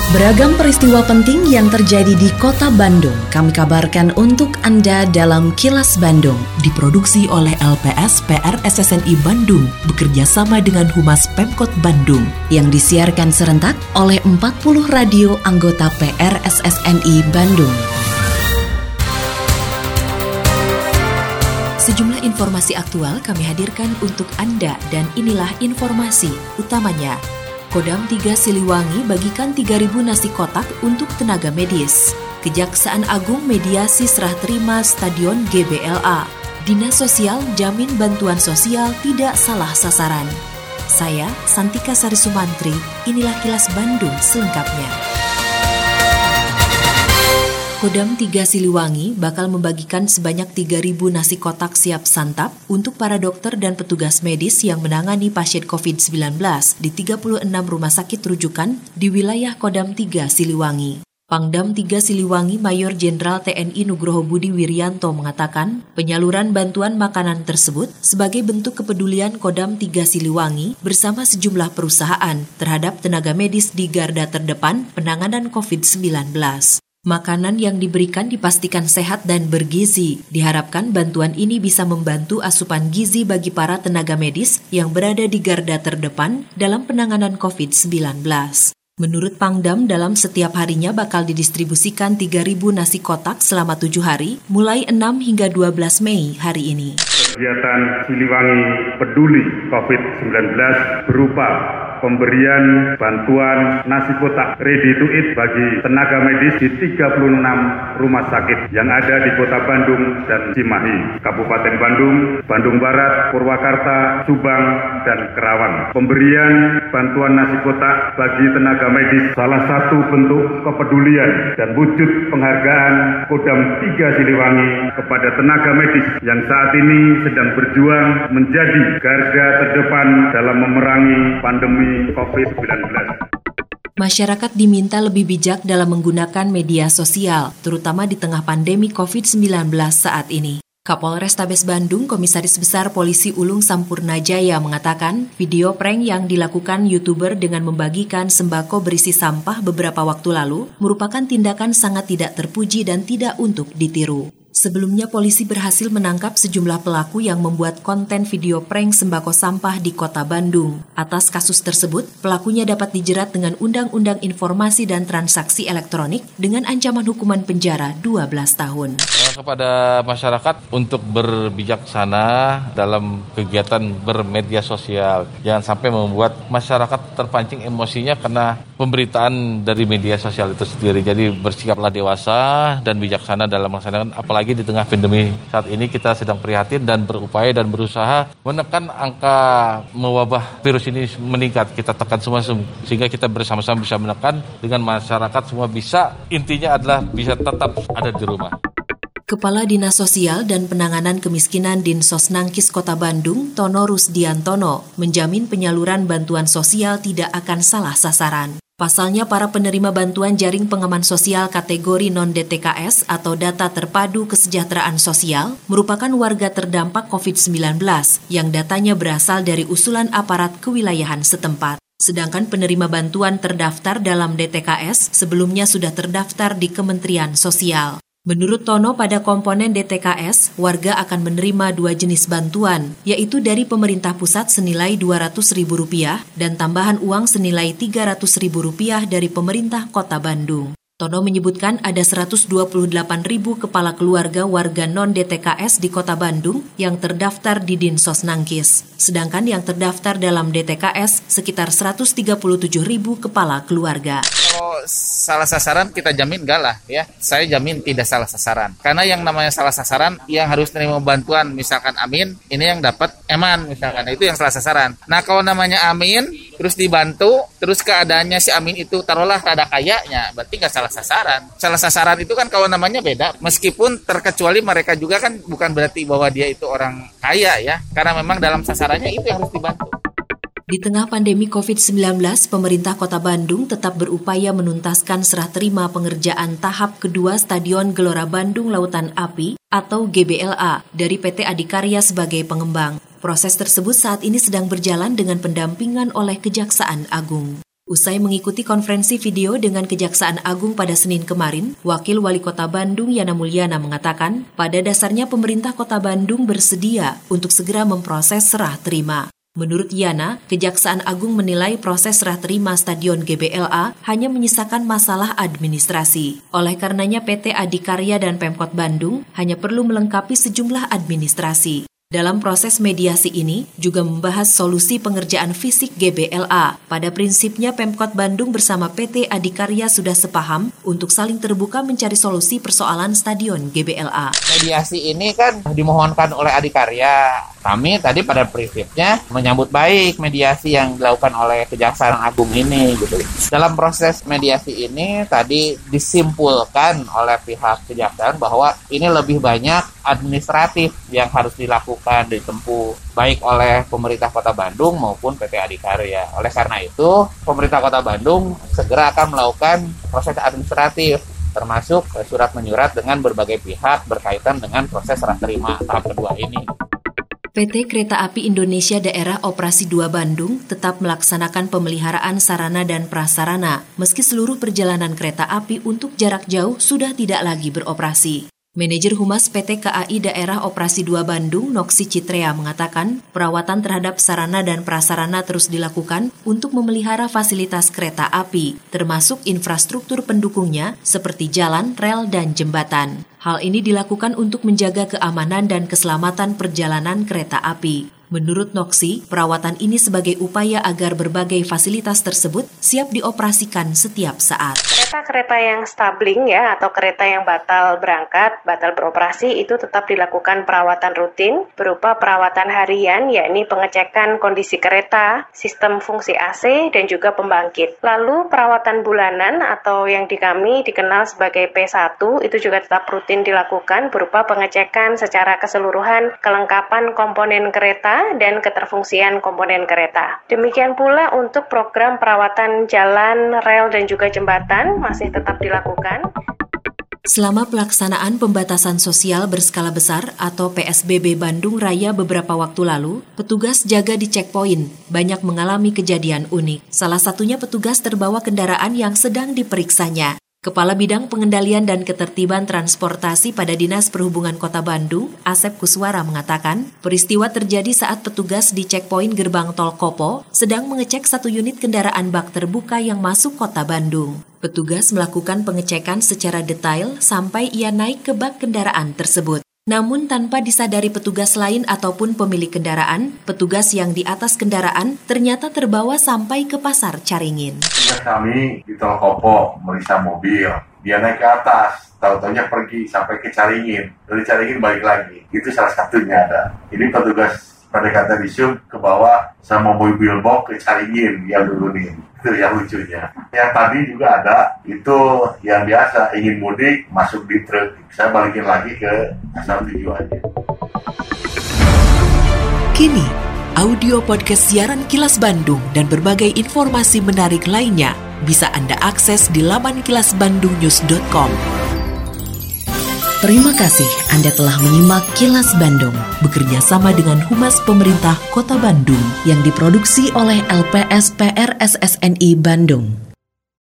Beragam peristiwa penting yang terjadi di Kota Bandung kami kabarkan untuk Anda dalam Kilas Bandung. Diproduksi oleh LPS PR SSNI Bandung bekerja sama dengan Humas Pemkot Bandung yang disiarkan serentak oleh 40 radio anggota PR SSNI Bandung. Sejumlah informasi aktual kami hadirkan untuk Anda dan inilah informasi utamanya. Kodam 3 Siliwangi bagikan 3.000 nasi kotak untuk tenaga medis. Kejaksaan Agung mediasi serah terima Stadion GBLA. Dinas Sosial jamin bantuan sosial tidak salah sasaran. Saya, Santika Sari Sumantri, inilah Kilas Bandung selengkapnya. Kodam 3 Siliwangi bakal membagikan sebanyak 3.000 nasi kotak siap santap untuk para dokter dan petugas medis yang menangani pasien COVID-19 di 36 rumah sakit rujukan di wilayah Kodam 3 Siliwangi. Pangdam 3 Siliwangi Mayor Jenderal TNI Nugroho Budi Wiryanto mengatakan penyaluran bantuan makanan tersebut sebagai bentuk kepedulian Kodam 3 Siliwangi bersama sejumlah perusahaan terhadap tenaga medis di garda terdepan penanganan COVID-19. Makanan yang diberikan dipastikan sehat dan bergizi. Diharapkan bantuan ini bisa membantu asupan gizi bagi para tenaga medis yang berada di garda terdepan dalam penanganan COVID-19. Menurut Pangdam, dalam setiap harinya bakal didistribusikan 3.000 nasi kotak selama 7 hari, mulai 6 hingga 12 Mei hari ini. Kegiatan Siliwangi Peduli COVID-19 berupa pemberian bantuan nasi kotak ready to eat bagi tenaga medis di 36 rumah sakit yang ada di Kota Bandung dan Cimahi, Kabupaten Bandung, Bandung Barat, Purwakarta, Subang, dan Kerawang. Pemberian bantuan nasi kotak bagi tenaga medis salah satu bentuk kepedulian dan wujud penghargaan Kodam 3 Siliwangi kepada tenaga medis yang saat ini sedang berjuang menjadi garda terdepan dalam memerangi pandemi COVID-19. Masyarakat diminta lebih bijak dalam menggunakan media sosial, terutama di tengah pandemi COVID-19 saat ini. Kapolrestabes Bandung, Komisaris Besar Polisi Ulung Sampurnajaya mengatakan, video prank yang dilakukan YouTuber dengan membagikan sembako berisi sampah beberapa waktu lalu merupakan tindakan sangat tidak terpuji dan tidak untuk ditiru. Sebelumnya polisi berhasil menangkap sejumlah pelaku yang membuat konten video prank sembako sampah di Kota Bandung. Atas kasus tersebut, pelakunya dapat dijerat dengan Undang-Undang Informasi dan Transaksi Elektronik dengan ancaman hukuman penjara 12 tahun. Kepada masyarakat untuk berbijaksana dalam kegiatan bermedia sosial. Jangan sampai membuat masyarakat terpancing emosinya karena pemberitaan dari media sosial itu sendiri. Jadi bersikaplah dewasa dan bijaksana dalam melaksanakan, apalagi di tengah pandemi saat ini kita sedang prihatin dan berupaya dan berusaha menekan angka mewabah virus ini meningkat. Kita tekan semua sehingga kita bersama-sama bisa menekan dengan masyarakat semua bisa, intinya adalah bisa tetap ada di rumah. Kepala Dinas Sosial dan Penanganan Kemiskinan Dinsosnankis Kota Bandung, Tono Rusdiantono, menjamin penyaluran bantuan sosial tidak akan salah sasaran. Pasalnya, para penerima bantuan jaring pengaman sosial kategori non-DTKS atau data terpadu kesejahteraan sosial merupakan warga terdampak COVID-19 yang datanya berasal dari usulan aparat kewilayahan setempat. Sedangkan penerima bantuan terdaftar dalam DTKS sebelumnya sudah terdaftar di Kementerian Sosial. Menurut Tono, pada komponen DTKS, warga akan menerima 2 jenis bantuan, yaitu dari pemerintah pusat senilai Rp200.000 dan tambahan uang senilai Rp300.000 dari pemerintah Kota Bandung. Tono menyebutkan ada 128.000 kepala keluarga warga non-DTKS di Kota Bandung yang terdaftar di Dinsosnankis. Sedangkan yang terdaftar dalam DTKS sekitar 137.000 kepala keluarga. Kalau salah sasaran kita jamin enggak lah ya. Saya jamin tidak salah sasaran. Karena yang namanya salah sasaran yang harus menerima bantuan misalkan Amin, ini yang dapat Eman misalkan, itu yang salah sasaran. Nah kalau namanya Amin terus dibantu, terus keadaannya si Amin itu taruhlah ada kayanya, berarti enggak salah sasaran. Salah sasaran itu kan kalau namanya beda. Meskipun terkecuali mereka juga kan bukan berarti bahwa dia itu orang kaya ya. Karena memang dalam sasarannya itu yang harus dibantu. Di tengah pandemi COVID-19, pemerintah Kota Bandung tetap berupaya menuntaskan serah terima pengerjaan tahap kedua Stadion Gelora Bandung Lautan Api atau GBLA dari PT Adikarya sebagai pengembang. Proses tersebut saat ini sedang berjalan dengan pendampingan oleh Kejaksaan Agung. Usai mengikuti konferensi video dengan Kejaksaan Agung pada Senin kemarin, Wakil Wali Kota Bandung Yana Mulyana mengatakan, pada dasarnya pemerintah Kota Bandung bersedia untuk segera memproses serah terima. Menurut Yana, Kejaksaan Agung menilai proses serah terima Stadion GBLA hanya menyisakan masalah administrasi. Oleh karenanya PT Adikarya dan Pemkot Bandung hanya perlu melengkapi sejumlah administrasi. Dalam proses mediasi ini juga membahas solusi pengerjaan fisik GBLA. Pada prinsipnya Pemkot Bandung bersama PT Adikarya sudah sepaham untuk saling terbuka mencari solusi persoalan Stadion GBLA. Mediasi ini kan dimohonkan oleh Adikarya. Kami tadi pada prinsipnya menyambut baik mediasi yang dilakukan oleh Kejaksaan Agung ini gitu. Dalam proses mediasi ini tadi disimpulkan oleh pihak Kejaksaan bahwa ini lebih banyak administratif yang harus ditempuh baik oleh pemerintah Kota Bandung maupun PT Adikarya. Oleh karena itu, pemerintah Kota Bandung segera akan melakukan proses administratif termasuk surat menyurat dengan berbagai pihak berkaitan dengan proses serah terima tahap kedua ini. PT Kereta Api Indonesia Daerah Operasi 2 Bandung tetap melaksanakan pemeliharaan sarana dan prasarana meski seluruh perjalanan kereta api untuk jarak jauh sudah tidak lagi beroperasi. Manajer Humas PT KAI Daerah Operasi 2 Bandung, Noksi Citrea, mengatakan perawatan terhadap sarana dan prasarana terus dilakukan untuk memelihara fasilitas kereta api, termasuk infrastruktur pendukungnya seperti jalan, rel, dan jembatan. Hal ini dilakukan untuk menjaga keamanan dan keselamatan perjalanan kereta api. Menurut Noksi, perawatan ini sebagai upaya agar berbagai fasilitas tersebut siap dioperasikan setiap saat. Kereta yang stabling atau kereta yang batal berangkat, batal beroperasi itu tetap dilakukan perawatan rutin berupa perawatan harian, yakni pengecekan kondisi kereta, sistem fungsi AC, dan juga pembangkit. Lalu perawatan bulanan atau yang kami dikenal sebagai P1 itu juga tetap rutin dilakukan berupa pengecekan secara keseluruhan kelengkapan komponen kereta dan keterfungsian komponen kereta. Demikian pula untuk program perawatan jalan, rel, dan juga jembatan masih tetap dilakukan. Selama pelaksanaan pembatasan sosial berskala besar atau PSBB Bandung Raya beberapa waktu lalu, petugas jaga di checkpoint banyak mengalami kejadian unik. Salah satunya petugas terbawa kendaraan yang sedang diperiksanya. Kepala Bidang Pengendalian dan Ketertiban Transportasi pada Dinas Perhubungan Kota Bandung, Asep Kuswara mengatakan, peristiwa terjadi saat petugas di checkpoint gerbang tol Kopo sedang mengecek satu unit kendaraan bak terbuka yang masuk Kota Bandung. Petugas melakukan pengecekan secara detail sampai ia naik ke bak kendaraan tersebut. Namun tanpa disadari petugas lain ataupun pemilik kendaraan, petugas yang di atas kendaraan ternyata terbawa sampai ke Pasar Caringin. Kami di Tol Kopo meriksa mobil, dia naik ke atas, tahu-taunya pergi sampai ke Caringin, dari Caringin balik lagi. Itu salah satunya ada. Ini petugas pada kata disum ke bawah sama mobil box ke Caringin yang nurunin. Itu yang lucunya. Yang tadi juga ada, itu yang biasa ingin mudik masuk di truk. Saya balikin lagi ke asal tujuannya. Kini, audio podcast siaran Kilas Bandung dan berbagai informasi menarik lainnya bisa Anda akses di laman kilasbandungnews.com. Terima kasih Anda telah menyimak Kilas Bandung bekerja sama dengan Humas Pemerintah Kota Bandung yang diproduksi oleh LPSPR SSNI Bandung.